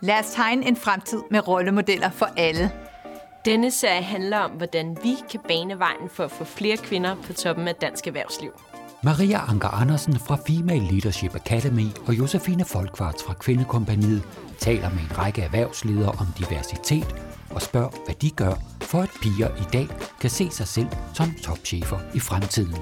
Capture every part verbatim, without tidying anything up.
Lad os tegne en fremtid med rollemodeller for alle. Denne serie handler om, hvordan vi kan bane vejen for at få flere kvinder på toppen af dansk erhvervsliv. Maria Anker Andersen fra Female Leadership Academy og Josefine Folkvarts fra Kvindekompagniet taler med en række erhvervsledere om diversitet og spørger, hvad de gør, for at piger i dag kan se sig selv som topchefer i fremtiden.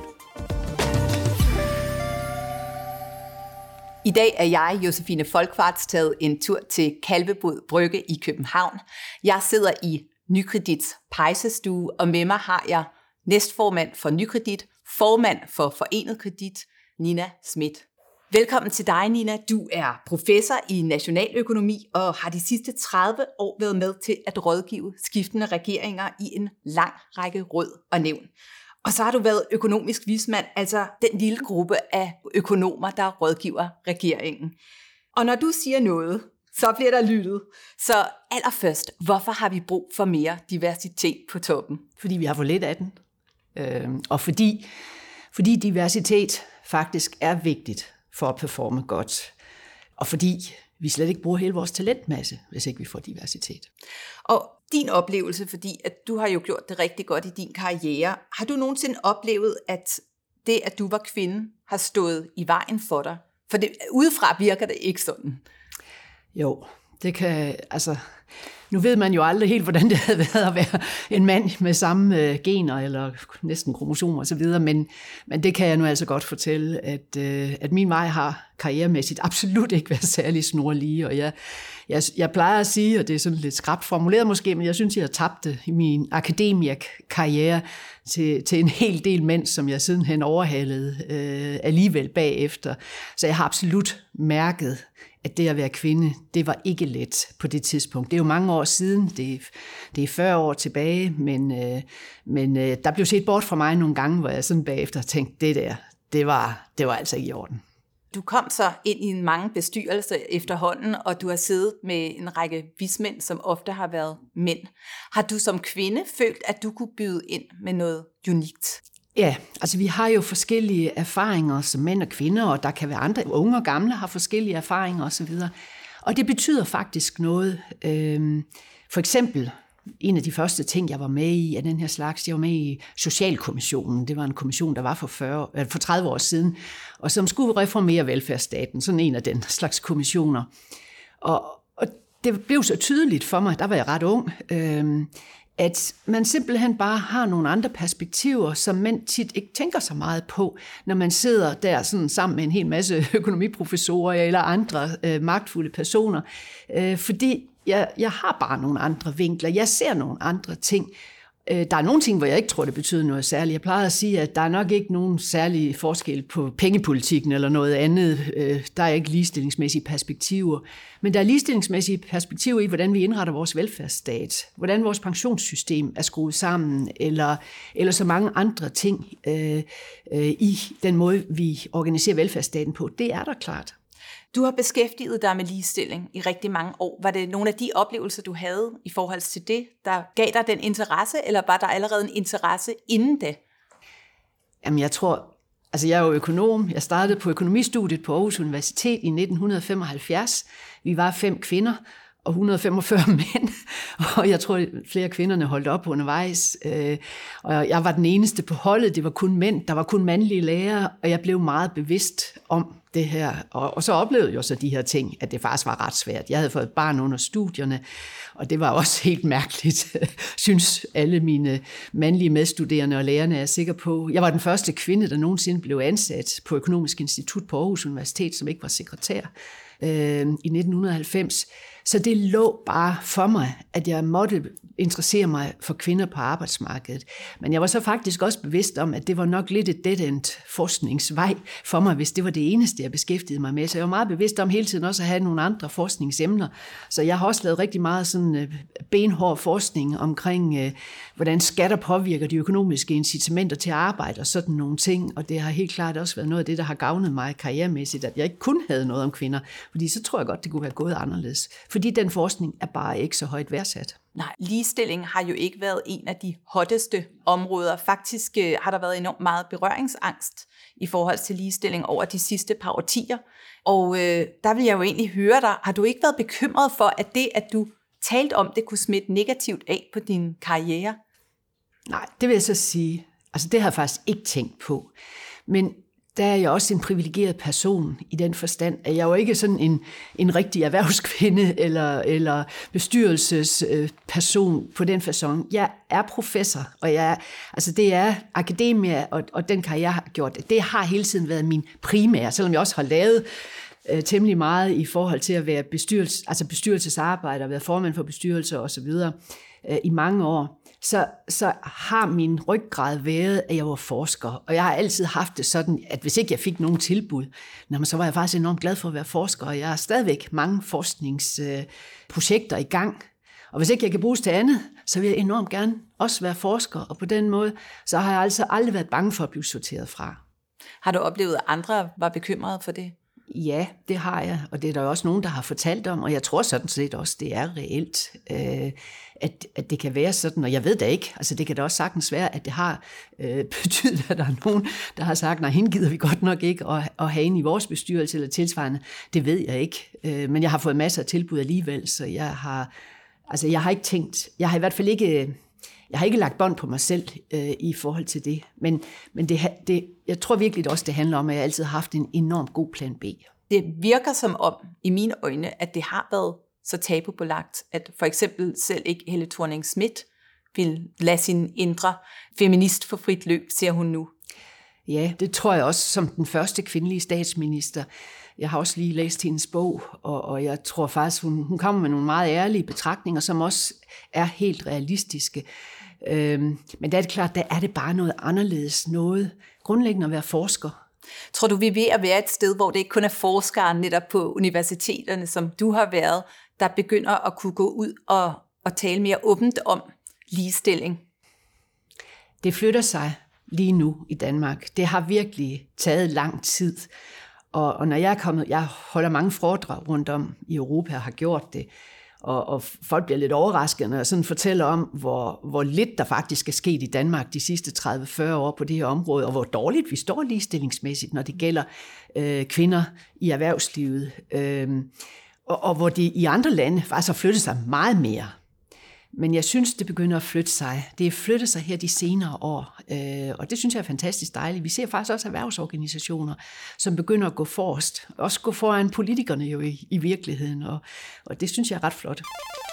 I dag er jeg, Josefine Folkvarts, taget en tur til Kalvebod Brygge i København. Jeg sidder i Nykredits pejsestue, og med mig har jeg næstformand for Nykredit, formand for Forenet Kredit, Nina Schmidt. Velkommen til dig, Nina. Du er professor i nationaløkonomi og har de sidste tredive år været med til at rådgive skiftende regeringer i en lang række råd og nævn. Og så har du været økonomisk vismand, altså den lille gruppe af økonomer, der rådgiver regeringen. Og når du siger noget, så bliver der lyttet. Så allerførst, hvorfor har vi brug for mere diversitet på toppen? Fordi vi har for lidt af den. Øh, og fordi, fordi diversitet faktisk er vigtigt for at performe godt. Og fordi vi slet ikke bruger hele vores talentmasse, hvis ikke vi får diversitet. Og din oplevelse, fordi at du har jo gjort det rigtig godt i din karriere, har du nogensinde oplevet, at det, at du var kvinde, har stået i vejen for dig? For det, udefra virker det ikke sådan. Jo, det kan, altså, nu ved man jo aldrig helt, hvordan det havde været at være en mand med samme øh, gener, eller næsten kromosomer og så videre, men, men det kan jeg nu altså godt fortælle, at, øh, at min vej har karrieremæssigt absolut ikke været særlig snorlige, og jeg, jeg, jeg plejer at sige, og det er sådan lidt skrapt formuleret måske, men jeg synes, jeg har tabt det i min akademikerkarriere til, til en hel del mænd, som jeg sidenhen overhalede øh, alligevel bagefter. Så jeg har absolut mærket, at det at være kvinde, det var ikke let på det tidspunkt. Det er jo mange år siden, det er, det er fyrre år tilbage, men, øh, men øh, der blev set bort fra mig nogle gange, hvor jeg sådan bagefter tænkte, det der, det var, det var altså ikke i orden. Du kom så ind i en mange bestyrelser efterhånden, og du har siddet med en række vismænd, som ofte har været mænd. Har du som kvinde følt, at du kunne byde ind med noget unikt? Ja, altså vi har jo forskellige erfaringer som mænd og kvinder, og der kan være andre, unge og gamle har forskellige erfaringer osv. Og det betyder faktisk noget. For eksempel, en af de første ting, jeg var med i af den her slags, jeg var med i Socialkommissionen. Det var en kommission, der var for, fyrre, for tredive år siden, og som skulle reformere velfærdsstaten. Sådan en af den slags kommissioner. Og, og det blev så tydeligt for mig, der var jeg ret ung, øh, at man simpelthen bare har nogle andre perspektiver, som mænd tit ikke tænker så meget på, når man sidder der sådan sammen med en hel masse økonomiprofessorer eller andre øh, magtfulde personer. Øh, fordi jeg, jeg har bare nogle andre vinkler, jeg ser nogle andre ting. Der er nogle ting, hvor jeg ikke tror, det betyder noget særligt. Jeg plejer at sige, at der er nok ikke nogen særlig forskel på pengepolitikken eller noget andet. Der er ikke ligestillingsmæssige perspektiver. Men der er ligestillingsmæssige perspektiver i, hvordan vi indretter vores velfærdsstat, hvordan vores pensionssystem er skruet sammen, eller, eller så mange andre ting øh, øh, i den måde, vi organiserer velfærdsstaten på. Det er der klart. Du har beskæftiget dig med ligestilling i rigtig mange år. Var det nogle af de oplevelser, du havde i forhold til det, der gav dig den interesse, eller var der allerede en interesse inden da? Jamen jeg tror, altså jeg er jo økonom. Jeg startede på økonomistudiet på Aarhus Universitet i nitten femoghalvfjerds. Vi var fem kvinder og et hundrede og femogfyrre mænd, og jeg tror, flere af kvinderne holdt op undervejs. Og jeg var den eneste på holdet, det var kun mænd, der var kun mandlige lærere, og jeg blev meget bevidst om det her. Og så oplevede jeg så de her ting, at det faktisk var ret svært. Jeg havde fået et barn under studierne, og det var også helt mærkeligt, synes alle mine mandlige medstuderende og lærerne er sikker på. Jeg var den første kvinde, der nogensinde blev ansat på Økonomisk Institut på Aarhus Universitet, som ikke var sekretær øh, i nitten halvfems. Så det lå bare for mig, at jeg måtte interessere mig for kvinder på arbejdsmarkedet. Men jeg var så faktisk også bevidst om, at det var nok lidt et dead-end forskningsvej for mig, hvis det var det eneste, jeg beskæftigede mig med. Så jeg var meget bevidst om hele tiden også at have nogle andre forskningsemner. Så jeg har også lavet rigtig meget sådan benhård forskning omkring, hvordan skatter påvirker de økonomiske incitamenter til at arbejde og sådan nogle ting. Og det har helt klart også været noget af det, der har gavnet mig karrieremæssigt, at jeg ikke kun havde noget om kvinder. Fordi så tror jeg godt, det kunne være gået anderledes. Fordi den forskning er bare ikke så højt værdsat. Nej, ligestilling har jo ikke været en af de hotteste områder. Faktisk øh, har der været enormt meget berøringsangst i forhold til ligestilling over de sidste par årtier. Og øh, der vil jeg jo egentlig høre dig, har du ikke været bekymret for, at det, at du talte om det, kunne smitte negativt af på din karriere? Nej, det vil jeg så sige. Altså det har jeg faktisk ikke tænkt på. Men der er jeg også en privilegeret person i den forstand, at jeg jo ikke er sådan en, en rigtig erhvervskvinde eller, eller bestyrelsesperson på den facon. Jeg er professor, og jeg er, altså det er akademia, og, og den karriere, jeg har gjort, det har hele tiden været min primære, selvom jeg også har lavet øh, temmelig meget i forhold til at være bestyrelse, altså bestyrelsesarbejder, være formand for bestyrelser osv. øh, i mange år. Så, så har min ryggrad været, at jeg var forsker. Og jeg har altid haft det sådan, at hvis ikke jeg fik nogen tilbud, så var jeg faktisk enormt glad for at være forsker. Og jeg har stadigvæk mange forskningsprojekter i gang. Og hvis ikke jeg kan bruges til andet, så vil jeg enormt gerne også være forsker. Og på den måde, så har jeg altså aldrig været bange for at blive sorteret fra. Har du oplevet, at andre var bekymrede for det? Ja, det har jeg, og det er der også nogen, der har fortalt om, og jeg tror sådan set også, det er reelt, øh, at, at det kan være sådan, og jeg ved da ikke, altså det kan da også sagtens være, at det har øh, betydet, at der er nogen, der har sagt, nej, hende gider vi godt nok ikke at, at have inde i vores bestyrelse eller tilsvarende, det ved jeg ikke, øh, men jeg har fået masser af tilbud alligevel, så jeg har, altså jeg har ikke tænkt, jeg har i hvert fald ikke... Jeg har ikke lagt bånd på mig selv øh, i forhold til det, men, men det, det, jeg tror virkelig også, det handler om, at jeg altid har haft en enormt god plan B. Det virker som om, i mine øjne, at det har været så tabubelagt, at for eksempel selv ikke Helle Thorning-Schmidt vil lade sin indre feminist for frit løb, siger hun nu. Ja, det tror jeg også som den første kvindelige statsminister. Jeg har også lige læst hendes bog, og, og jeg tror faktisk, hun, hun kommer med nogle meget ærlige betragtninger, som også er helt realistiske. Øhm, men der er det klart, der er det bare noget anderledes, noget grundlæggende at være forsker. Tror du, vi er ved at være et sted, hvor det ikke kun er forskere netop på universiteterne, som du har været, der begynder at kunne gå ud og, og tale mere åbent om ligestilling? Det flytter sig lige nu i Danmark. Det har virkelig taget lang tid. Og, og når jeg er kommet, jeg holder mange foredrag rundt om i Europa og har gjort det, og, og folk bliver lidt overrasket, når jeg sådan fortæller om, hvor, hvor lidt der faktisk er sket i Danmark de sidste tredive til fyrre år på det her område, og hvor dårligt vi står ligestillingsmæssigt, når det gælder øh, kvinder i erhvervslivet, øh, og, og hvor det i andre lande faktisk har flyttet sig meget mere. Men jeg synes, det begynder at flytte sig. Det er flyttet sig her de senere år, øh, og det synes jeg er fantastisk dejligt. Vi ser faktisk også erhvervsorganisationer, som begynder at gå forrest. Også gå foran politikerne jo i, i virkeligheden, og, og det synes jeg er ret flot.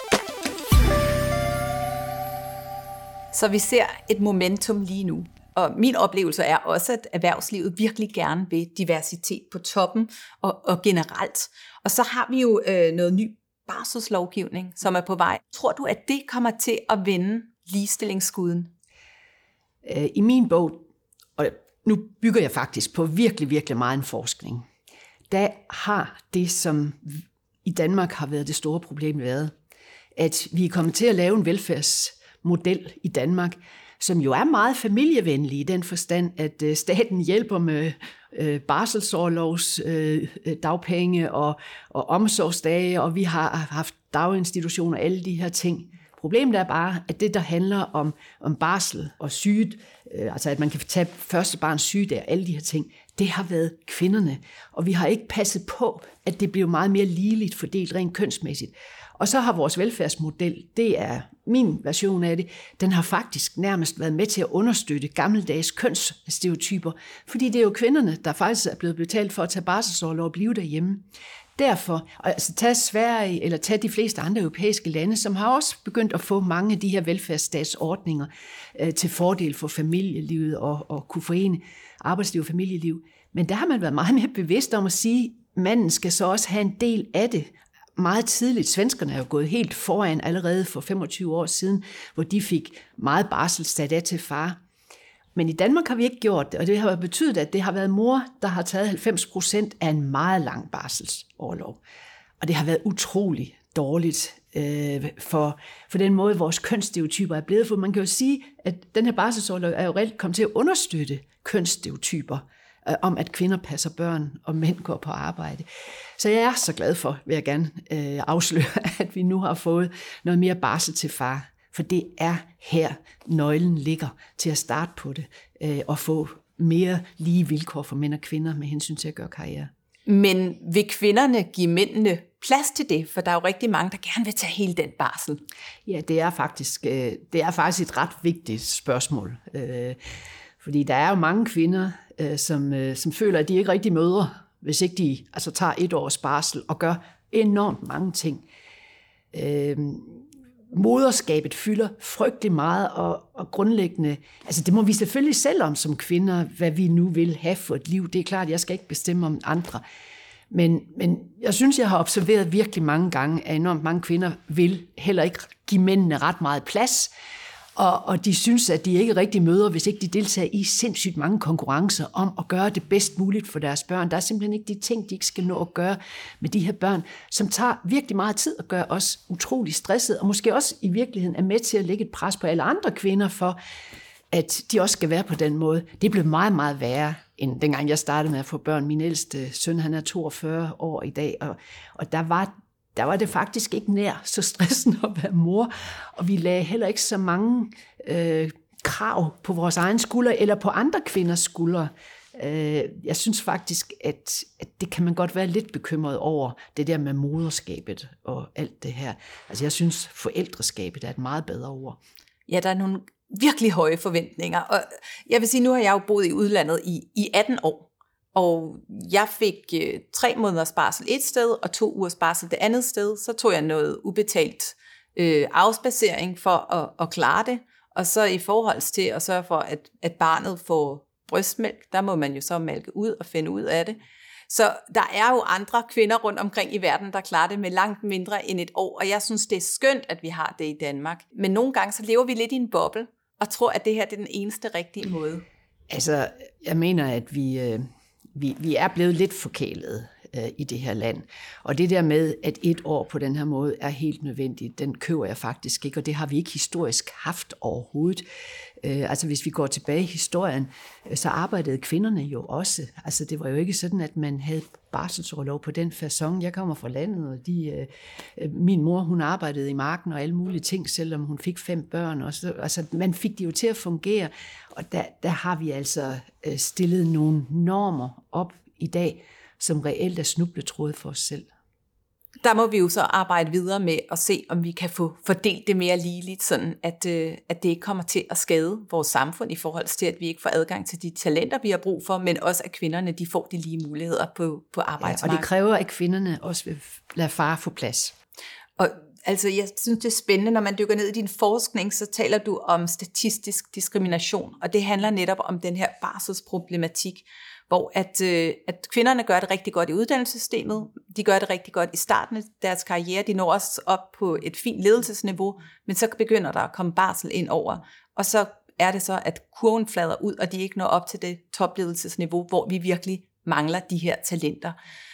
Så vi ser et momentum lige nu. Og min oplevelse er også, at erhvervslivet virkelig gerne vil diversitet på toppen og, og generelt. Og så har vi jo øh, noget ny barselslovgivning, som er på vej. Tror du, at det kommer til at vende ligestillingsskuden? I min bog, og nu bygger jeg faktisk på virkelig, virkelig meget en forskning, der har det, som i Danmark har været det store problem, været, at vi er kommet til at lave en velfærdsmodel i Danmark, som jo er meget familievenlig i den forstand, at staten hjælper med barselsorlovs dagpenge og, og omsorgsdage, og vi har haft daginstitutioner og alle de her ting. Problemet er bare, at det, der handler om, om barsel og syge, altså at man kan tage første barns sygedag og alle de her ting, det har været kvinderne. Og vi har ikke passet på, at det bliver meget mere ligeligt fordelt rent kønsmæssigt. Og så har vores velfærdsmodel, det er min version af det, den har faktisk nærmest været med til at understøtte gammeldags kønsstereotyper, fordi det er jo kvinderne, der faktisk er blevet betalt for at tage barselsorlov og blive derhjemme. Derfor, altså tag Sverige eller tag de fleste andre europæiske lande, som har også begyndt at få mange af de her velfærdsstatsordninger øh, til fordel for familielivet og, og kunne forene arbejdsliv og familieliv. Men der har man været meget mere bevidst om at sige, at manden skal så også have en del af det. Meget tidligt, svenskerne er jo gået helt foran allerede for femogtyve år siden, hvor de fik meget barsel sat af til far. Men i Danmark har vi ikke gjort det, og det har betydet, at det har været mor, der har taget halvfems procent af en meget lang barselsorlov. Og det har været utrolig dårligt øh, for, for den måde, vores kønsstereotyper er blevet. For man kan jo sige, at den her barselsorlov er jo reelt kommet til at understøtte kønsstereotyper. øh, om, at kvinder passer børn, og mænd går på arbejde. Så jeg er så glad for, vil jeg gerne øh, afsløre, at vi nu har fået noget mere barsel til far. For det er her, nøglen ligger til at starte på det, øh, og få mere lige vilkår for mænd og kvinder med hensyn til at gøre karriere. Men vil kvinderne give mændene plads til det? For der er jo rigtig mange, der gerne vil tage hele den barsel. Ja, det er faktisk, øh, det er faktisk et ret vigtigt spørgsmål. Øh, fordi der er jo mange kvinder, øh, som, øh, som føler, at de ikke rigtig mødre, hvis ikke de altså, tager et års barsel og gør enormt mange ting. Øh, Moderskabet fylder frygtelig meget, og, og grundlæggende, altså det må vi selvfølgelig selv om som kvinder, hvad vi nu vil have for et liv. Det er klart, jeg skal ikke bestemme om andre. Men, men jeg synes, jeg har observeret virkelig mange gange, at enormt mange kvinder vil heller ikke give mændene ret meget plads, og, og de synes, at de ikke rigtig møder, hvis ikke de deltager i sindssygt mange konkurrencer om at gøre det bedst muligt for deres børn. Der er simpelthen ikke de ting, de ikke skal nå at gøre med de her børn, som tager virkelig meget tid at gøre os utrolig stresset, og måske også i virkeligheden er med til at lægge et pres på alle andre kvinder for, at de også skal være på den måde. Det blev meget, meget værre, end dengang jeg startede med at få børn. Min ældste søn, han er toogfyrre år i dag, og, og der var Der var det faktisk ikke nær så stressende at være mor, og vi lagde heller ikke så mange øh, krav på vores egen skuldre eller på andre kvinders skuldre. Øh, jeg synes faktisk, at, at det kan man godt være lidt bekymret over, det der med moderskabet og alt det her. Altså jeg synes, forældreskabet er et meget bedre ord. Ja, der er nogle virkelig høje forventninger, og jeg vil sige, nu har jeg jo boet i udlandet i, i atten år. Og jeg fik øh, tre måneders barsel et sted, og to ugers barsel det andet sted. Så tog jeg noget ubetalt øh, afspacering for at, at klare det. Og så i forhold til at sørge for, at, at barnet får brystmælk, der må man jo så mælke ud og finde ud af det. Så der er jo andre kvinder rundt omkring i verden, der klarer det med langt mindre end et år. Og jeg synes, det er skønt, at vi har det i Danmark. Men nogle gange så lever vi lidt i en boble, og tror, at det her det er den eneste rigtige måde. Altså, jeg mener, at vi... Øh Vi, vi er blevet lidt forkælede øh, i det her land. Og det der med, at et år på den her måde er helt nødvendigt, den køber jeg faktisk ikke, og det har vi ikke historisk haft overhovedet. Øh, altså hvis vi går tilbage i historien, øh, så arbejdede kvinderne jo også. Altså det var jo ikke sådan, at man havde barselsorlov på den facon. Jeg kommer fra landet, og de, øh, min mor, hun arbejdede i marken og alle mulige ting, selvom hun fik fem børn. Og så, altså man fik det jo til at fungere, og der, der har vi altså øh, stillet nogle normer op i dag, som reelt er snubletråde for os selv. Der må vi jo så arbejde videre med at se, om vi kan få fordelt det mere ligeligt, sådan at, øh, at det ikke kommer til at skade vores samfund i forhold til, at vi ikke får adgang til de talenter, vi har brug for, men også at kvinderne de får de lige muligheder på, på arbejdsmarkedet. Ja, og det kræver, at kvinderne også vil lade far få plads. Og altså, jeg synes, det er spændende, når man dykker ned i din forskning, så taler du om statistisk diskrimination, og det handler netop om den her barselsproblematik, hvor at, øh, at kvinderne gør det rigtig godt i uddannelsessystemet, de gør det rigtig godt i starten af deres karriere, de når også op på et fint ledelsesniveau, men så begynder der at komme barsel ind over, og så er det så, at kurven flader ud, og de ikke når op til det topledelsesniveau, hvor vi virkelig mangler de her talenter.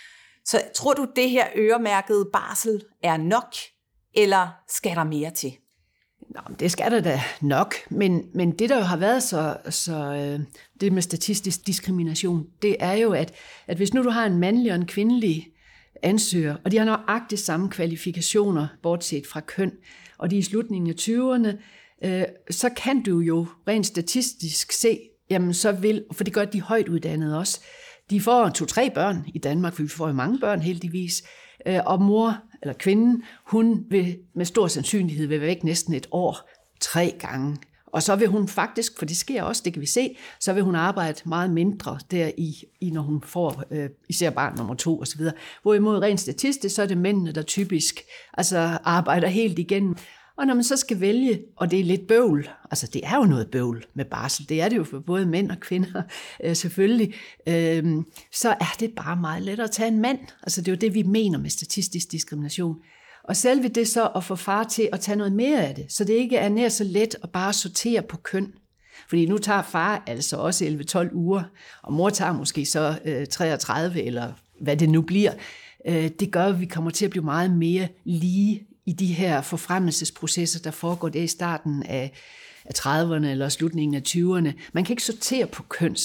Så tror du, det her øremærkede barsel er nok, eller skal der mere til? Nå, det skal der da nok, men, men det der jo har været så, så øh, det med statistisk diskrimination, det er jo, at, at hvis nu du har en mandlig og en kvindelig ansøger, og de har nøjagtigt samme kvalifikationer, bortset fra køn, og de er i slutningen af tyverne, øh, så kan du jo rent statistisk se, jamen så vil, for det gør de højt uddannede også, de får to-tre børn i Danmark, for vi får jo mange børn heldigvis, og mor eller kvinden, hun vil med stor sandsynlighed vil være væk næsten et år, tre gange. Og så vil hun faktisk, for det sker også, det kan vi se, så vil hun arbejde meget mindre der i, i når hun får øh, især barn nummer to osv. Hvorimod rent statistisk, så er det mændene, der typisk altså, arbejder helt igennem. Og når man så skal vælge, og det er lidt bøvl, altså det er jo noget bøvl med barsel, det er det jo for både mænd og kvinder øh, selvfølgelig, øh, så er det bare meget lettere at tage en mand. Altså det er jo det, vi mener med statistisk diskrimination. Og selve det så at få far til at tage noget mere af det, så det ikke er nær så let at bare sortere på køn. Fordi nu tager far altså også elleve tolv uger, og mor tager måske så øh, treogtredive, eller hvad det nu bliver. Øh, det gør, at vi kommer til at blive meget mere lige i de her forfremmelsesprocesser, der foregår det i starten af, af trediverne eller slutningen af tyverne. Man kan ikke sortere på køn så.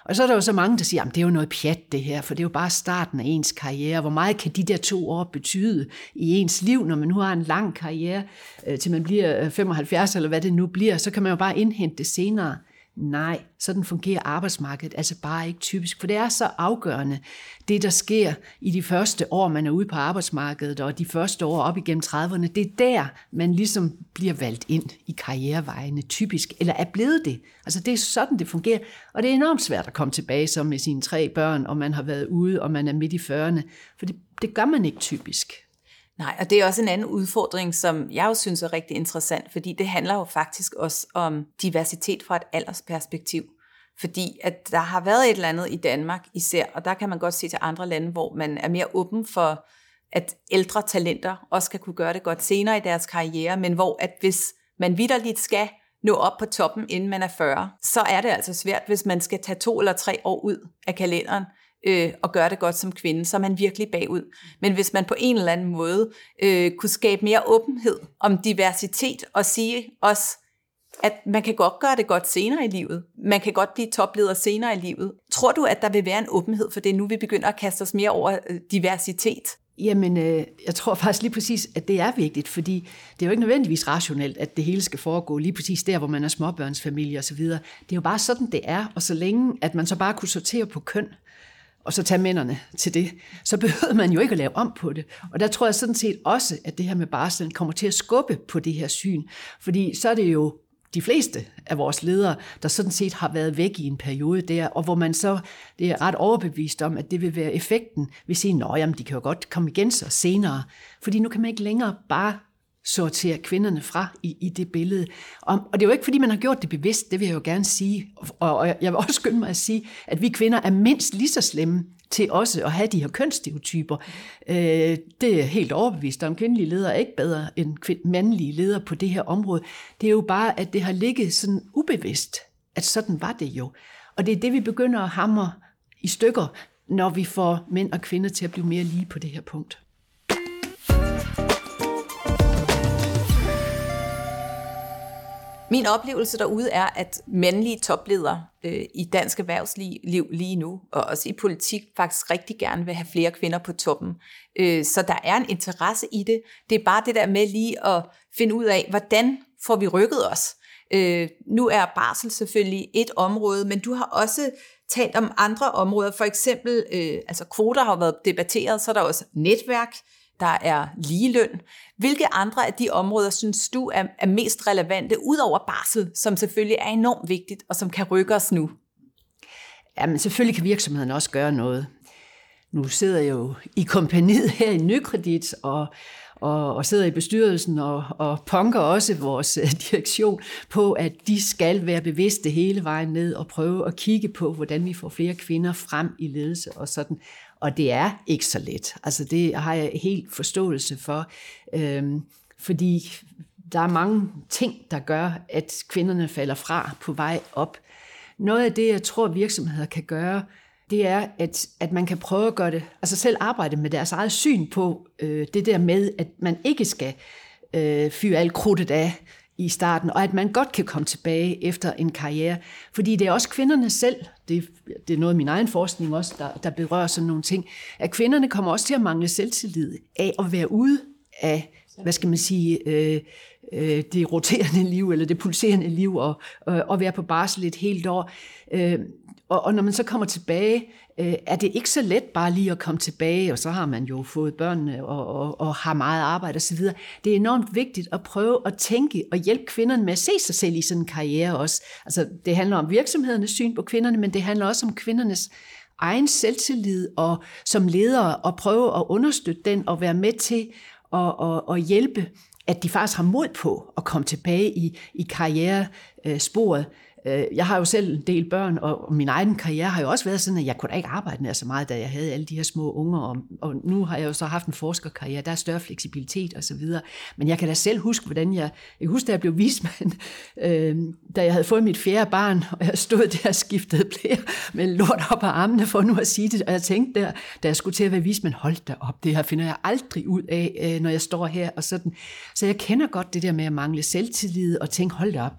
Og så er der jo så mange, der siger, at det er jo noget pjat det her, for det er jo bare starten af ens karriere. Hvor meget kan de der to år betyde i ens liv, når man nu har en lang karriere, øh, til man bliver femoghalvfjerds, eller hvad det nu bliver, så kan man jo bare indhente det senere. Nej, sådan fungerer arbejdsmarkedet altså bare ikke typisk, for det er så afgørende, det der sker i de første år, man er ude på arbejdsmarkedet, og de første år op igennem trediverne, det er der, man ligesom bliver valgt ind i karrierevejene typisk, eller er blevet det. Altså det er sådan, det fungerer, og det er enormt svært at komme tilbage som med sine tre børn, og man har været ude, og man er midt i fyrrerne, for det, det gør man ikke typisk. Nej, og det er også en anden udfordring, som jeg jo synes er rigtig interessant, fordi det handler jo faktisk også om diversitet fra et aldersperspektiv. Fordi at der har været et eller andet i Danmark især, og der kan man godt se til andre lande, hvor man er mere åben for, at ældre talenter også skal kunne gøre det godt senere i deres karriere, men hvor at hvis man vitterligt skal nå op på toppen, inden man er fyrre, så er det altså svært, hvis man skal tage to eller tre år ud af kalenderen, Øh, og gøre det godt som kvinde, så er man virkelig bagud. Men hvis man på en eller anden måde øh, kunne skabe mere åbenhed om diversitet og sige også, at man kan godt gøre det godt senere i livet. Man kan godt blive topleder senere i livet. Tror du, at der vil være en åbenhed for det, nu vi begynder at kaste os mere over øh, diversitet? Jamen, øh, jeg tror faktisk lige præcis, at det er vigtigt, fordi det er jo ikke nødvendigvis rationelt, at det hele skal foregå lige præcis der, hvor man er småbørnsfamilie og så videre. Det er jo bare sådan, det er, og så længe, at man så bare kunne sortere på køn, og så tage mændene til det, så behøver man jo ikke at lave om på det. Og der tror jeg sådan set også, at det her med barslen kommer til at skubbe på det her syn. Fordi så er det jo de fleste af vores ledere, der sådan set har været væk i en periode der, og hvor man så det er ret overbevist om, at det vil være effekten, hvis sige, nå jamen, de kan jo godt komme igen så senere. Fordi nu kan man ikke længere bare sortere kvinderne fra i, i det billede. Og, og det er jo ikke, fordi man har gjort det bevidst, det vil jeg jo gerne sige. Og, og jeg vil også skynde mig at sige, at vi kvinder er mindst lige så slemme til også at have de her kønsstereotyper. Øh, det er helt overbevist om. Kvindelige ledere er ikke bedre end kvind- mandlige ledere på det her område. Det er jo bare, at det har ligget sådan ubevidst, at sådan var det jo. Og det er det, vi begynder at hamre i stykker, når vi får mænd og kvinder til at blive mere lige på det her punkt. Min oplevelse derude er, at mandlige topledere øh, i dansk erhvervsliv lige nu, og også i politik, faktisk rigtig gerne vil have flere kvinder på toppen. Øh, så der er en interesse i det. Det er bare det der med lige at finde ud af, hvordan får vi rykket os. Øh, nu er barsel selvfølgelig et område, men du har også talt om andre områder. For eksempel, øh, altså kvoter har været debatteret, så er der også netværk, der er ligeløn. Hvilke andre af de områder synes du er, er mest relevante, ud over barsel, som selvfølgelig er enormt vigtigt, og som kan rykke os nu? Jamen selvfølgelig kan virksomheden også gøre noget. Nu sidder jeg jo i kompagniet her i Nykredit, og, og, og sidder i bestyrelsen, og, og punker også vores direktion på, at de skal være bevidste hele vejen ned, og prøve at kigge på, hvordan vi får flere kvinder frem i ledelse og sådan. Og det er ikke så let. Altså det har jeg helt forståelse for, øhm, fordi der er mange ting, der gør, at kvinderne falder fra på vej op. Noget af det, jeg tror, virksomheder kan gøre, det er, at, at man kan prøve at gøre det, altså selv arbejde med deres eget syn på øh, det der med, at man ikke skal øh, fyre alt krudtet af i starten, og at man godt kan komme tilbage efter en karriere. Fordi det er også kvinderne selv, det, det er noget af min egen forskning også, der, der berører sådan nogle ting, at kvinderne kommer også til at mangle selvtillid af at være ude af, hvad skal man sige, øh, øh, det roterende liv, eller det pulserende liv, og, øh, og være på barsel et helt år. Øh, og, og når man så kommer tilbage, øh, er det ikke så let bare lige at komme tilbage, og så har man jo fået børnene, og, og, og har meget arbejde osv. Det er enormt vigtigt at prøve at tænke og hjælpe kvinderne med at se sig selv i sådan en karriere også. Altså, det handler om virksomhedernes syn på kvinderne, men det handler også om kvindernes egen selvtillid, og som ledere at prøve at understøtte den, og være med til at, at, at hjælpe, at de faktisk har mod på at komme tilbage i, i karrieresporet. Jeg har jo selv en del børn, og min egen karriere har jo også været sådan, at jeg kunne da ikke arbejde nær så meget, da jeg havde alle de her små unger, og, og nu har jeg jo så haft en forskerkarriere, der er større fleksibilitet og så videre. Men jeg kan da selv huske, hvordan jeg, jeg husker, da jeg blev vismand, øh, da jeg havde fået mit fjerde barn, og jeg stod der og skiftede blære med lort op af armene, for nu at sige det, og jeg tænkte der, da jeg skulle til at være vismand, hold da op, det her finder jeg aldrig ud af, når jeg står her og sådan. Så jeg kender godt det der med at mangle selvtillid og tænke, hold da op.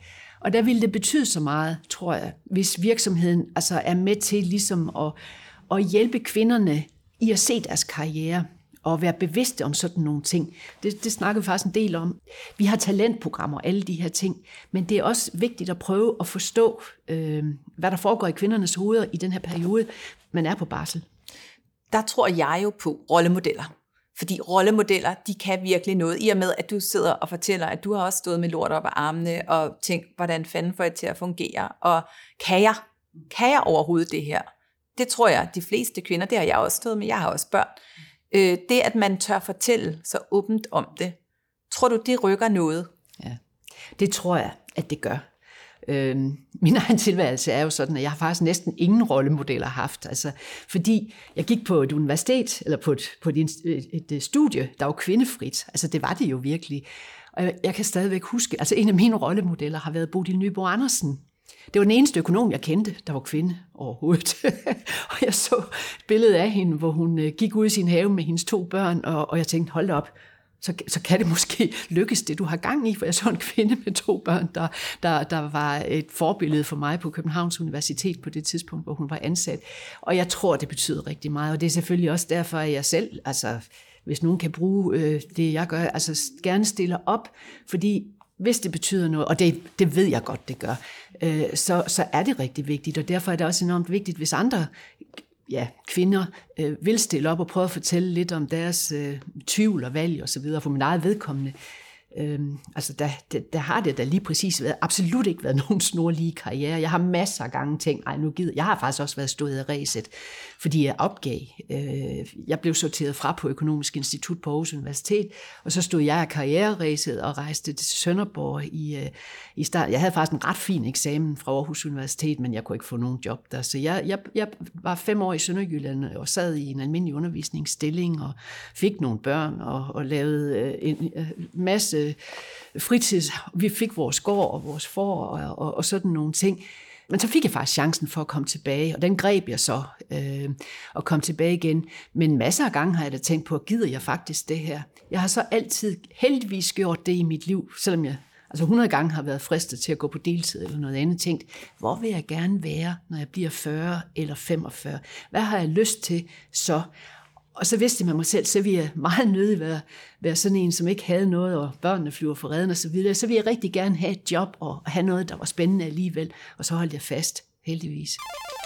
Og der ville det betyde så meget, tror jeg, hvis virksomheden altså er med til ligesom at, at hjælpe kvinderne i at se deres karriere og være bevidste om sådan nogle ting. Det, det snakker vi faktisk en del om. Vi har talentprogrammer og alle de her ting, men det er også vigtigt at prøve at forstå, øh, hvad der foregår i kvindernes hoveder i den her periode, man er på barsel. Der tror jeg jo på rollemodeller. Fordi rollemodeller, de kan virkelig noget. I og med, at du sidder og fortæller, at du har også stået med lort op af armene og tænkt, hvordan fanden får jeg til at fungere? Og kan jeg? Kan jeg overhovedet det her? Det tror jeg, de fleste kvinder, det har jeg også stået med, jeg har også børn. Øh, det, at man tør fortælle så åbent om det, tror du, det rykker noget? Ja, det tror jeg, at det gør. Øh, min egen tilværelse er jo sådan, at jeg har faktisk næsten ingen rollemodeller haft. Altså, fordi jeg gik på et universitet, eller på et, på et, et, et studie, der var kvindefrit. Altså det var det jo virkelig. Og jeg, jeg kan stadigvæk huske, altså en af mine rollemodeller har været Bodil Nyborg Andersen. Det var den eneste økonom, jeg kendte, der var kvinde overhovedet. Og jeg så et billede af hende, hvor hun gik ud i sin have med hendes to børn, og, og jeg tænkte, hold da op, så, så kan det måske lykkes det, du har gang i, for jeg så en kvinde med to børn, der, der, der var et forbillede for mig på Københavns Universitet på det tidspunkt, hvor hun var ansat. Og jeg tror, det betyder rigtig meget, og det er selvfølgelig også derfor, at jeg selv, altså hvis nogen kan bruge øh, det, jeg gør, altså gerne stiller op, fordi hvis det betyder noget, og det, det ved jeg godt, det gør, øh, så, så er det rigtig vigtigt, og derfor er det også enormt vigtigt, hvis andre ja, kvinder øh, vil stille op og prøve at fortælle lidt om deres øh, tvivl og valg og så videre, for min eget vedkommende. Øhm, altså der, der, der har det da lige præcis været, absolut ikke været nogen snorlige karriere. Jeg har masser af gange tænkt, ej nu gider, jeg har faktisk også været stået af ræset, fordi jeg opgav. Øh, jeg blev sorteret fra på Økonomisk Institut på Aarhus Universitet, og så stod jeg af karriereræset og rejste til Sønderborg i, øh, i start. Jeg havde faktisk en ret fin eksamen fra Aarhus Universitet, men jeg kunne ikke få nogen job der. Så jeg, jeg, jeg var fem år i Sønderjylland og sad i en almindelig undervisningsstilling og fik nogle børn og, og lavede øh, en øh, masse fritids. Vi fik vores gård og vores får og, og, og sådan nogle ting. Men så fik jeg faktisk chancen for at komme tilbage, og den greb jeg så øh, og kom tilbage igen. Men masser af gange har jeg da tænkt på, gider jeg faktisk det her? Jeg har så altid heldigvis gjort det i mit liv, selvom jeg altså hundrede gange har været fristet til at gå på deltid eller noget andet, tænkt, hvor vil jeg gerne være, når jeg bliver fyrre eller femogfyrre? Hvad har jeg lyst til så? Og så vidste jeg med mig selv, så ville jeg meget nødig være, være sådan en, som ikke havde noget, og børnene flyver for redden og så videre. Så ville jeg rigtig gerne have et job og have noget, der var spændende alligevel. Og så holdt jeg fast, heldigvis.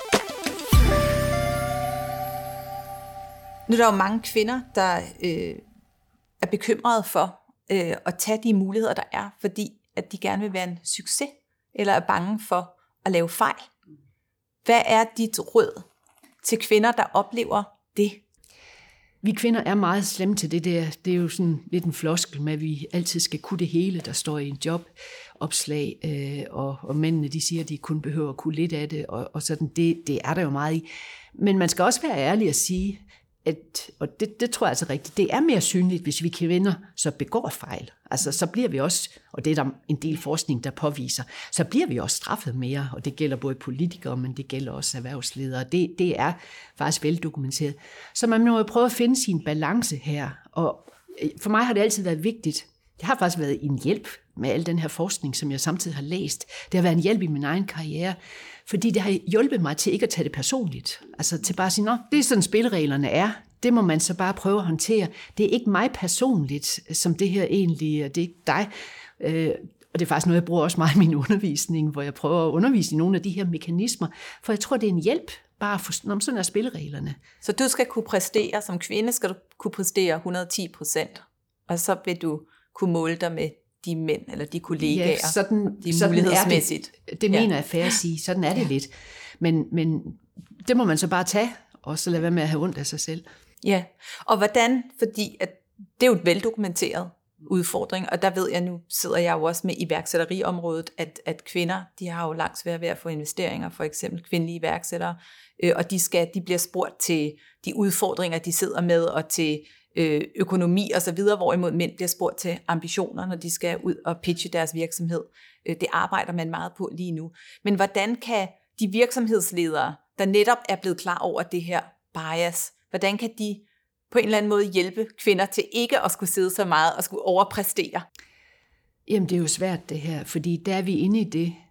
Nu er der jo mange kvinder, der øh, er bekymrede for øh, at tage de muligheder, der er, fordi at de gerne vil være en succes, eller er bange for at lave fejl. Hvad er dit råd til kvinder, der oplever det? Vi kvinder er meget slemme til det der. Det er jo sådan lidt en floskel med, at vi altid skal kunne det hele, der står i en jobopslag, øh, og, og mændene de siger, at de kun behøver at kunne lidt af det, og, og sådan, det, det er der jo meget i. Men man skal også være ærlig og sige, at, og det, det tror jeg altså rigtigt, det er mere synligt, hvis vi kvinder så begår fejl. Altså så bliver vi også, og det er der en del forskning, der påviser, så bliver vi også straffet mere, og det gælder både politikere, men det gælder også erhvervsledere. Det, det er faktisk veldokumenteret. Så man må jo prøve at finde sin balance her, og for mig har det altid været vigtigt. Det har faktisk været en hjælp med al den her forskning, som jeg samtidig har læst. Det har været en hjælp i min egen karriere, fordi det har hjulpet mig til ikke at tage det personligt. Altså til bare at sige, nå, det er sådan spillereglerne er. Det må man så bare prøve at håndtere. Det er ikke mig personligt, som det her egentlig, det er ikke dig. Og det er faktisk noget, jeg bruger også meget i min undervisning, hvor jeg prøver at undervise i nogle af de her mekanismer, for jeg tror, det er en hjælp bare at forstå, om sådan er spillereglerne. Så du skal kunne præstere, som kvinde skal du kunne præstere et hundrede og ti procent, og så vil du kunne måle dig med de mænd, eller de kollegaer, ja, sådan, de sådan mulighedsmæssigt. Det, det ja. mener jeg fair at sige, sådan er det ja. lidt. Men, men det må man så bare tage, og så lade være med at have ondt af sig selv. Ja, og hvordan, fordi at det er jo et veldokumenteret udfordring, og der ved jeg, nu sidder jeg jo også med iværksætteriområdet, at, at kvinder, de har jo langt svært ved at få investeringer, for eksempel kvindelige iværksættere, øh, og de, skal, de bliver spurgt til de udfordringer, de sidder med, og til øh, økonomi og så videre, hvorimod mænd bliver spurgt til ambitioner, når de skal ud og pitche deres virksomhed. Øh, det arbejder man meget på lige nu. Men hvordan kan de virksomhedsledere, der netop er blevet klar over det her bias, hvordan kan de på en eller anden måde hjælpe kvinder til ikke at skulle sidde så meget og skulle overpræstere? Jamen det er jo svært det her, fordi der er vi inde i det.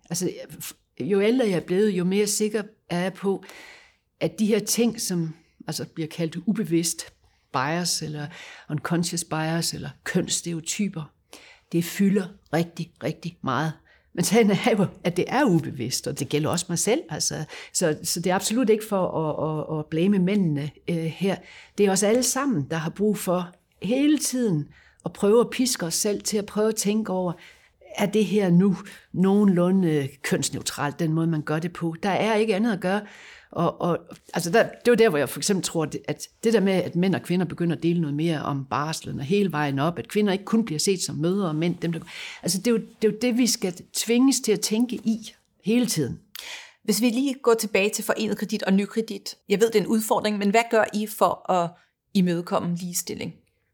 Altså, jo ældre jeg er blevet, jo mere sikker er jeg på, at de her ting, som altså bliver kaldt ubevidst bias, eller unconscious bias, eller kønsstereotyper, det fylder rigtig, rigtig meget. Men sagen er jo, at det er ubevidst, og det gælder også mig selv. Altså, så, så det er absolut ikke for at, at, at blame mændene øh, her. Det er os alle sammen, der har brug for hele tiden at prøve at piske os selv til at prøve at tænke over, er det her nu nogenlunde kønsneutralt, den måde, man gør det på? Der er ikke andet at gøre. Og, og altså der, det er jo der, hvor jeg for eksempel tror, at det der med, at mænd og kvinder begynder at dele noget mere om barslen og hele vejen op, at kvinder ikke kun bliver set som mødre og mænd, dem der, altså det er, jo, det er jo det, vi skal tvinges til at tænke i hele tiden. Hvis vi lige går tilbage til Forenet Kredit og Nykredit, jeg ved, det er en udfordring, men hvad gør I for at imødekomme ligestilling?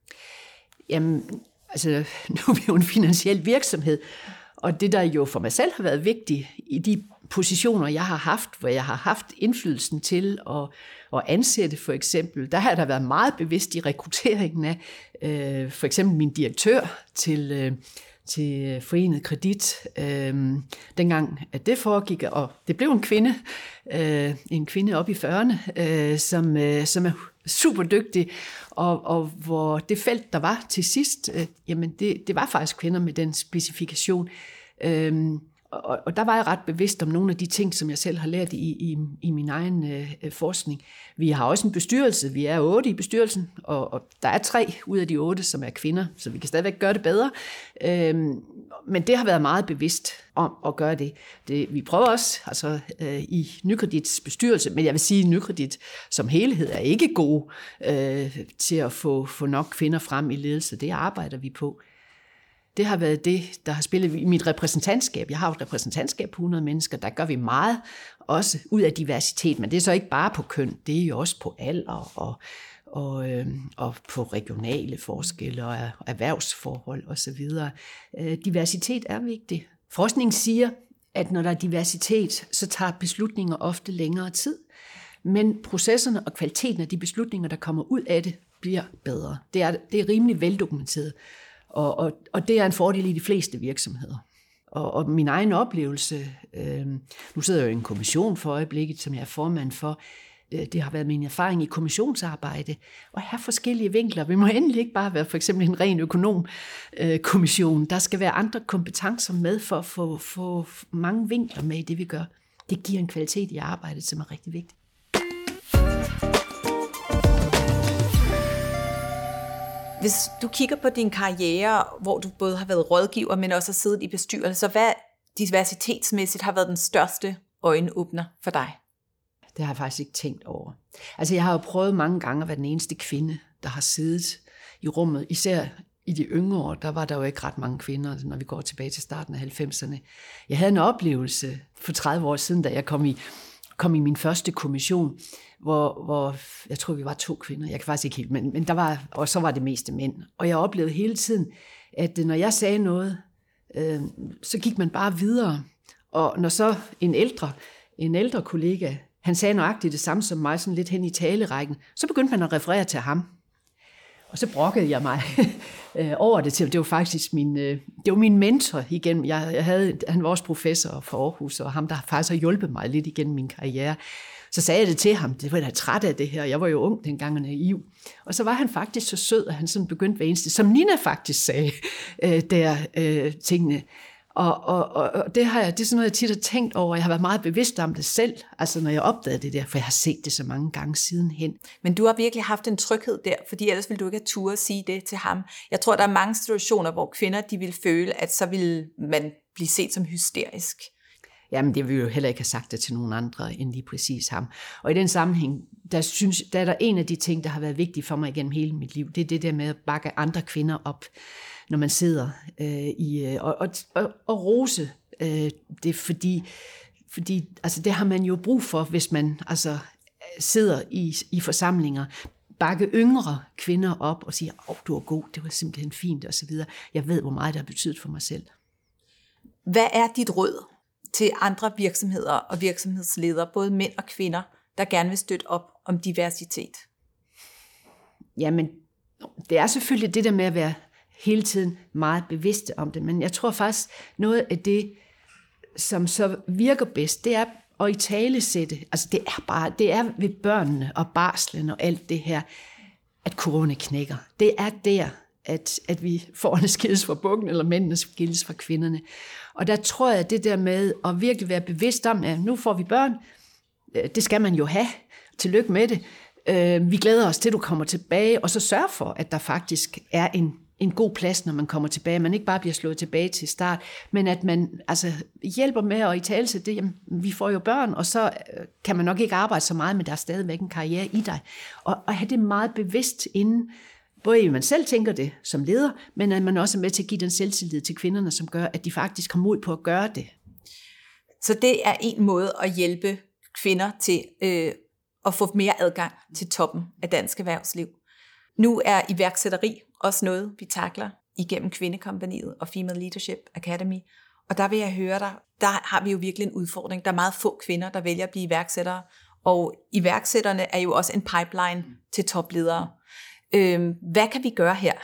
Jamen, altså nu er vi jo en finansiel virksomhed, og det der jo for mig selv har været vigtigt i de positioner, jeg har haft, hvor jeg har haft indflydelsen til at, at ansætte for eksempel, der har der været meget bevidst i rekrutteringen af øh, for eksempel min direktør til, øh, til Forenet Kredit, øh, dengang at det foregik, og det blev en kvinde, øh, en kvinde op i fyrrerne, øh, som, øh, som er super dygtig, og, og hvor det felt, der var til sidst, øh, jamen det, det var faktisk kvinder med den specifikation. Øh, Og, og der var jeg ret bevidst om nogle af de ting, som jeg selv har lært i, i, i min egen øh, forskning. Vi har også en bestyrelse. Vi er otte i bestyrelsen, og, og der er tre ud af de otte, som er kvinder, så vi kan stadigvæk gøre det bedre. Øhm, men det har været meget bevidst om at gøre det. det vi prøver også altså, øh, i Nykredits bestyrelse, men jeg vil sige, at Nykredit som helhed er ikke god øh, til at få, få nok kvinder frem i ledelse. Det arbejder vi på. Det har været det, der har spillet i mit repræsentantskab. Jeg har jo et repræsentantskab på hundrede mennesker. Der gør vi meget også ud af diversitet, men det er så ikke bare på køn. Det er jo også på alder og, og, øh, og på regionale forskelle og erhvervsforhold osv. Øh, diversitet er vigtigt. Forskningen siger, at når der er diversitet, så tager beslutninger ofte længere tid. Men processerne og kvaliteten af de beslutninger, der kommer ud af det, bliver bedre. Det er, det er rimelig veldokumenteret. Og, og, og det er en fordel i de fleste virksomheder. Og, og min egen oplevelse, øh, nu sidder jeg jo i en kommission for øjeblikket, som jeg er formand for, øh, det har været min erfaring i kommissionsarbejde, og have forskellige vinkler. Vi må endelig ikke bare være for eksempel en ren økonomkommission. Øh, Der skal være andre kompetencer med for at få, få mange vinkler med i det, vi gør. Det giver en kvalitet i arbejdet, som er rigtig vigtig. Hvis du kigger på din karriere, hvor du både har været rådgiver, men også har siddet i bestyrelse, så hvad diversitetsmæssigt har været den største øjenåbner for dig? Det har jeg faktisk ikke tænkt over. Altså jeg har jo prøvet mange gange at være den eneste kvinde, der har siddet i rummet. Især i de yngre år, der var der jo ikke ret mange kvinder, når vi går tilbage til starten af halvfemserne. Jeg havde en oplevelse for tredive år siden, da jeg kom i, kom i min første kommission, Hvor, hvor jeg tror, vi var to kvinder. Jeg kan faktisk ikke helt, men, men der var, og så var det meste mænd. Og jeg oplevede hele tiden, at når jeg sagde noget, øh, så gik man bare videre. Og når så en ældre, en ældre kollega, han sagde nøjagtigt det samme som mig, sådan lidt hen i talerækken, så begyndte man at referere til ham. Og så brokkede jeg mig over det til. Det var faktisk min, det var min mentor igen. Jeg, jeg havde, han var også professor for Aarhus, og ham, der faktisk har hjulpet mig lidt igennem min karriere. Så sagde jeg det til ham, det var jeg da træt af det her, jeg var jo ung dengang og naiv. Og så var han faktisk så sød, at han sådan begyndte hver eneste, som Nina faktisk sagde, øh, der øh, tingene. Og, og, og det, har jeg, det er sådan noget, jeg tit har tænkt over, jeg har været meget bevidst om det selv, altså når jeg opdagede det der, for jeg har set det så mange gange sidenhen. Men du har virkelig haft en tryghed der, fordi ellers ville du ikke have turde at sige det til ham. Jeg tror, der er mange situationer, hvor kvinder de vil føle, at så vil man blive set som hysterisk. Jamen, det vil jo heller ikke have sagt det til nogen andre end lige præcis ham. Og i den sammenhæng, der, synes, der er der en af de ting, der har været vigtige for mig igennem hele mit liv, det er det der med at bakke andre kvinder op, når man sidder øh, i, og, og, og, og rose øh, det, fordi, fordi altså, det har man jo brug for, hvis man altså, sidder i, i forsamlinger, bakke yngre kvinder op og sige, åh, oh, du er god, det var simpelthen fint, og så videre. Jeg ved, hvor meget det har betydet for mig selv. Hvad er dit råd til andre virksomheder og virksomhedsledere, både mænd og kvinder, der gerne vil støtte op om diversitet? Jamen, det er selvfølgelig det der med at være hele tiden meget bevidste om det, men jeg tror faktisk, noget af det, som så virker bedst, det er at italesætte, altså det er bare, det er ved børnene og barslen og alt det her, at kurvene knækker. Det er der, at, at vi får skilles fra bukken, eller mændene skilles fra kvinderne. Og der tror jeg, at det der med at virkelig være bevidst om, at nu får vi børn, det skal man jo have, tillykke med det, vi glæder os til, at du kommer tilbage, og så sørg for, at der faktisk er en, en god plads, når man kommer tilbage. Man ikke bare bliver slået tilbage til start, men at man altså, hjælper med at italesætte det. Jamen, vi får jo børn, og så kan man nok ikke arbejde så meget, men der er stadigvæk en karriere i dig. Og at have det meget bevidst inden, både at man selv tænker det som leder, men at man også er med til at give den selvtillid til kvinderne, som gør, at de faktisk har mod på at gøre det. Så det er en måde at hjælpe kvinder til øh, at få mere adgang til toppen af dansk erhvervsliv. Nu er iværksætteri også noget, vi takler igennem Kvindekompagniet og Female Leadership Academy. Og der vil jeg høre dig, der har vi jo virkelig en udfordring. Der er meget få kvinder, der vælger at blive iværksættere. Og iværksætterne er jo også en pipeline til topledere. Øh, hvad kan vi gøre her?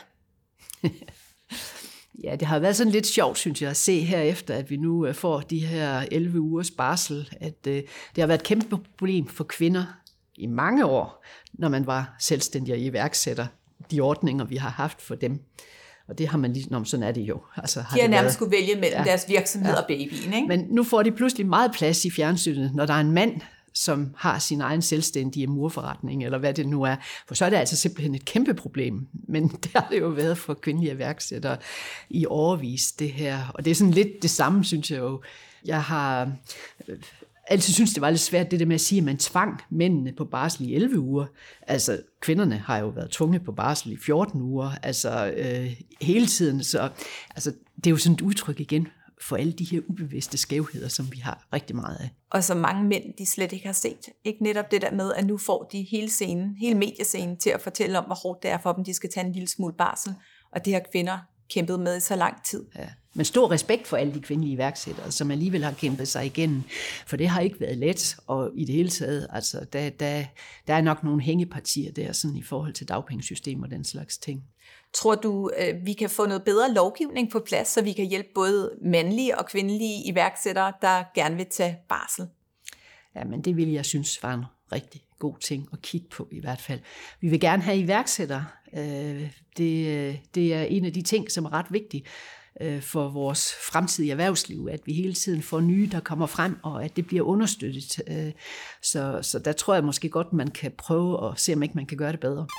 Ja, det har været sådan lidt sjovt, synes jeg, at se herefter, at vi nu får de her elleve ugers barsel, at øh, det har været et kæmpe problem for kvinder i mange år, når man var selvstændig og iværksætter, de ordninger, vi har haft for dem. Og det har man lige, nå, sådan er det jo. Altså, har de har det nærmest været, skulle vælge mellem ja, deres virksomhed ja, og babyen, ikke? Men nu får de pludselig meget plads i fjernsynet, når der er en mand, som har sin egen selvstændige murforretning, eller hvad det nu er. For så er det altså simpelthen et kæmpe problem. Men det har det jo været for kvindelige iværksættere i årevis, det her. Og det er sådan lidt det samme, synes jeg jo. Jeg har altid synes det var lidt svært, det der med at sige, at man tvang mændene på barsel i elleve uger. Altså, kvinderne har jo været tvunget på barsel i fjorten uger, altså øh, hele tiden. Så altså, det er jo sådan et udtryk igen for alle de her ubevidste skævheder, som vi har rigtig meget af. Og som mange mænd, de slet ikke har set. Ikke netop det der med, at nu får de hele scenen, hele mediescenen til at fortælle om, hvor hårdt det er for dem, de skal tage en lille smule barsel. Og det har kvinder kæmpet med i så lang tid. Ja. Men stor respekt for alle de kvindelige iværksættere, som alligevel har kæmpet sig igennem. For det har ikke været let, og i det hele taget, altså, der, der, der er nok nogle hængepartier der, sådan i forhold til dagpengesystem og den slags ting. Tror du, vi kan få noget bedre lovgivning på plads, så vi kan hjælpe både mandlige og kvindelige iværksættere, der gerne vil tage barsel? Ja, men det vil jeg synes var en rigtig god ting at kigge på i hvert fald. Vi vil gerne have iværksættere. Det, det er en af de ting, som er ret vigtige for vores fremtidige erhvervsliv, at vi hele tiden får nye, der kommer frem, og at det bliver understøttet. Så, så der tror jeg måske godt, man kan prøve at se, om ikke man kan gøre det bedre.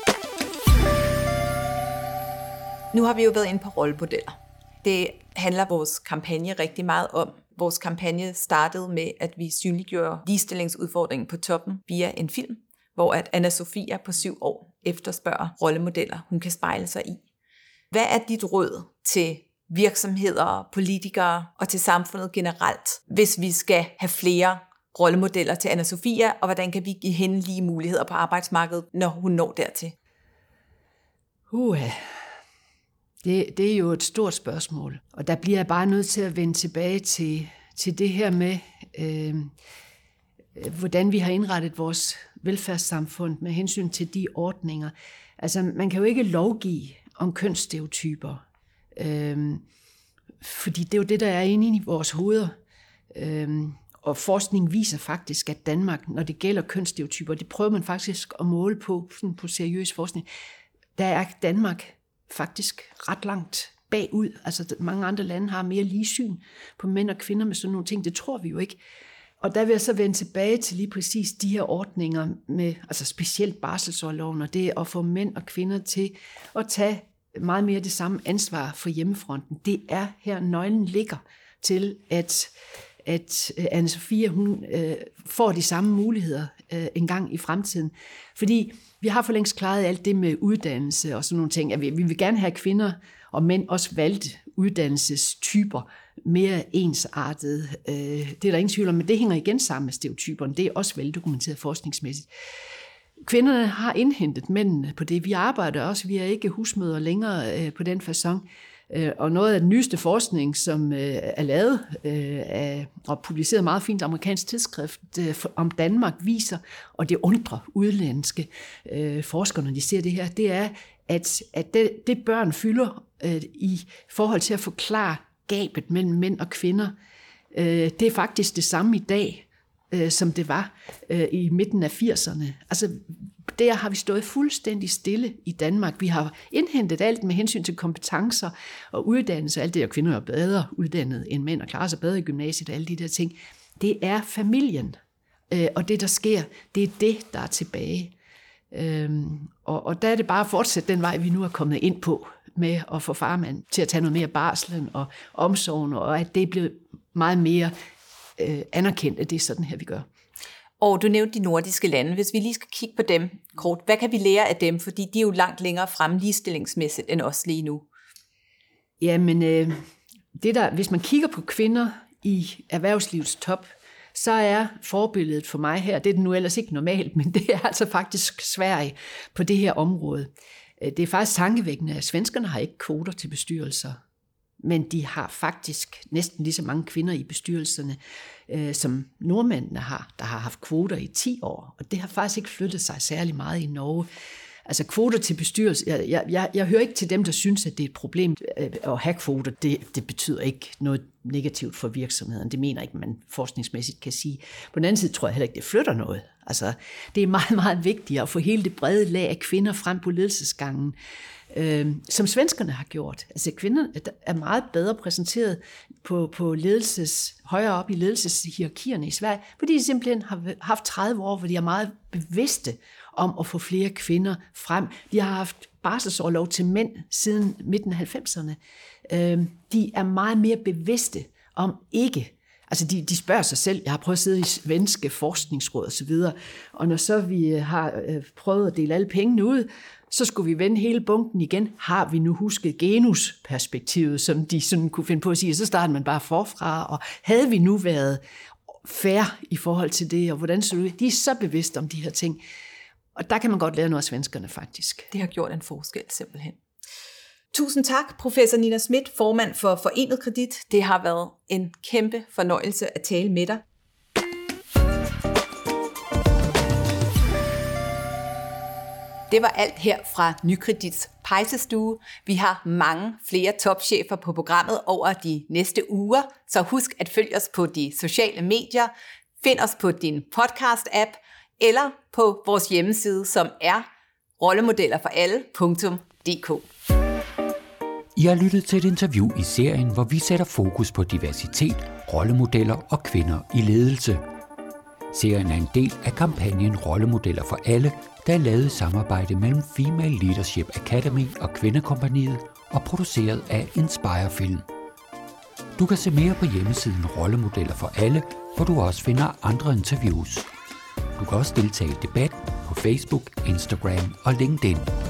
Nu har vi jo været inde på rollemodeller. Det handler vores kampagne rigtig meget om. Vores kampagne startede med, at vi synliggjorde ligestillingsudfordringen på toppen via en film, hvor at Anna Sofia på syv år efterspørger rollemodeller, hun kan spejle sig i. Hvad er dit råd til virksomheder, politikere og til samfundet generelt, hvis vi skal have flere rollemodeller til Anna Sofia, og hvordan kan vi give hende lige muligheder på arbejdsmarkedet, når hun når dertil? Uh, det, det er jo et stort spørgsmål, og der bliver jeg bare nødt til at vende tilbage til, til det her med, øh, hvordan vi har indrettet vores velfærdssamfund med hensyn til de ordninger. Altså, man kan jo ikke lovgive om kønsstereotyper, øhm, fordi det er jo det, der er inde i vores hoveder. Øhm, og forskning viser faktisk, at Danmark, når det gælder kønsstereotyper, det prøver man faktisk at måle på, sådan på seriøs forskning, der er Danmark faktisk ret langt bagud. Altså, mange andre lande har mere ligesyn på mænd og kvinder med sådan nogle ting. Det tror vi jo ikke. Og der vil jeg så vende tilbage til lige præcis de her ordninger med, altså specielt barselsorloven, og det at få mænd og kvinder til at tage meget mere det samme ansvar for hjemmefronten. Det er her nøglen ligger til, at, at Anna Sofia hun øh, får de samme muligheder øh, en gang i fremtiden. Fordi vi har for længst klaret alt det med uddannelse og sådan nogle ting. At vi, vi vil gerne have kvinder og mænd også valgt uddannelsestyper mere ensartet. Øh, det er der ingen tvivl om, men det hænger igen sammen med stereotyperne. Det er også veldokumenteret forskningsmæssigt. Kvinderne har indhentet mændene på det. Vi arbejder også, vi er ikke husmødre længere øh, på den facon. Øh, og noget af den nyeste forskning, som øh, er lavet øh, af, og publiceret meget fint amerikansk tidsskrift øh, om Danmark, viser, og det undrer udenlandske øh, forskere, når de ser det her, det er, at, at det, det børn fylder øh, i forhold til at forklare gabet mellem mænd og kvinder, Øh, det er faktisk det samme i dag, øh, som det var øh, i midten af firserne. Altså, der har vi stået fuldstændig stille i Danmark. Vi har indhentet alt med hensyn til kompetencer og uddannelse. Alt det, at kvinder er bedre uddannet end mænd og klarer sig bedre i gymnasiet og alle de der ting. Det er familien. Øh, og det, der sker, det er det, der er tilbage. Øhm, og, og der er det bare at fortsætte den vej, vi nu er kommet ind på, med at få farmand til at tage noget mere barslen og omsorgen, og at det er blevet meget mere øh, anerkendt, at det er sådan her, vi gør. Og du nævnte de nordiske lande. Hvis vi lige skal kigge på dem kort, hvad kan vi lære af dem? Fordi de er jo langt længere frem ligestillingsmæssigt end os lige nu. Jamen, øh, det der, hvis man kigger på kvinder i erhvervslivets top, så er forbilledet for mig her, det er den nu ellers ikke normalt, men det er altså faktisk Sverige på det her område. Det er faktisk tankevækkende, at svenskerne har ikke kvoter til bestyrelser, men de har faktisk næsten lige så mange kvinder i bestyrelserne, øh, som nordmændene har, der har haft kvoter i ti år, og det har faktisk ikke flyttet sig særlig meget i Norge. Altså kvoter til bestyrelse, jeg, jeg, jeg, jeg hører ikke til dem, der synes, at det er et problem at have kvoter. Det, det betyder ikke noget negativt for virksomheden. Det mener ikke, man forskningsmæssigt kan sige. På den anden side tror jeg heller ikke, det flytter noget. Altså, det er meget, meget vigtigt at få hele det brede lag af kvinder frem på ledelsesgangen, øh, som svenskerne har gjort. Altså kvinder er meget bedre præsenteret på, på ledelses, højere op i ledelseshierarkierne i Sverige, fordi de simpelthen har haft tredive år, hvor de er meget bevidste om at få flere kvinder frem. De har haft barselsorlov til mænd siden midten af halvfemserne. De er meget mere bevidste om ikke. Altså de, de spørger sig selv, jeg har prøvet at sidde i svenske forskningsråd og så videre, og når så vi har prøvet at dele alle pengene ud, så skulle vi vende hele bunken igen. Har vi nu husket genusperspektivet, som de sådan kunne finde på at sige, så starter man bare forfra, og havde vi nu været fair i forhold til det, og hvordan så det ud? De er så bevidste om de her ting. Og der kan man godt lære noget af svenskerne faktisk. Det har gjort en forskel simpelthen. Tusind tak, professor Nina Schmidt, formand for Forenet Kredit. Det har været en kæmpe fornøjelse at tale med dig. Det var alt her fra Nykredits pejsestue. Vi har mange flere topchefer på programmet over de næste uger, så husk at følge os på de sociale medier. Find os på din podcast-app eller på vores hjemmeside, som er rollemodeller for alle punktum d k. I har lyttet til et interview i serien, hvor vi sætter fokus på diversitet, rollemodeller og kvinder i ledelse. Serien er en del af kampagnen Rollemodeller for alle, der er lavet i samarbejde mellem Female Leadership Academy og Kvindekompagniet og produceret af Inspire Film. Du kan se mere på hjemmesiden Rollemodeller for alle, hvor du også finder andre interviews. Du kan også deltage i debat på Facebook, Instagram og LinkedIn.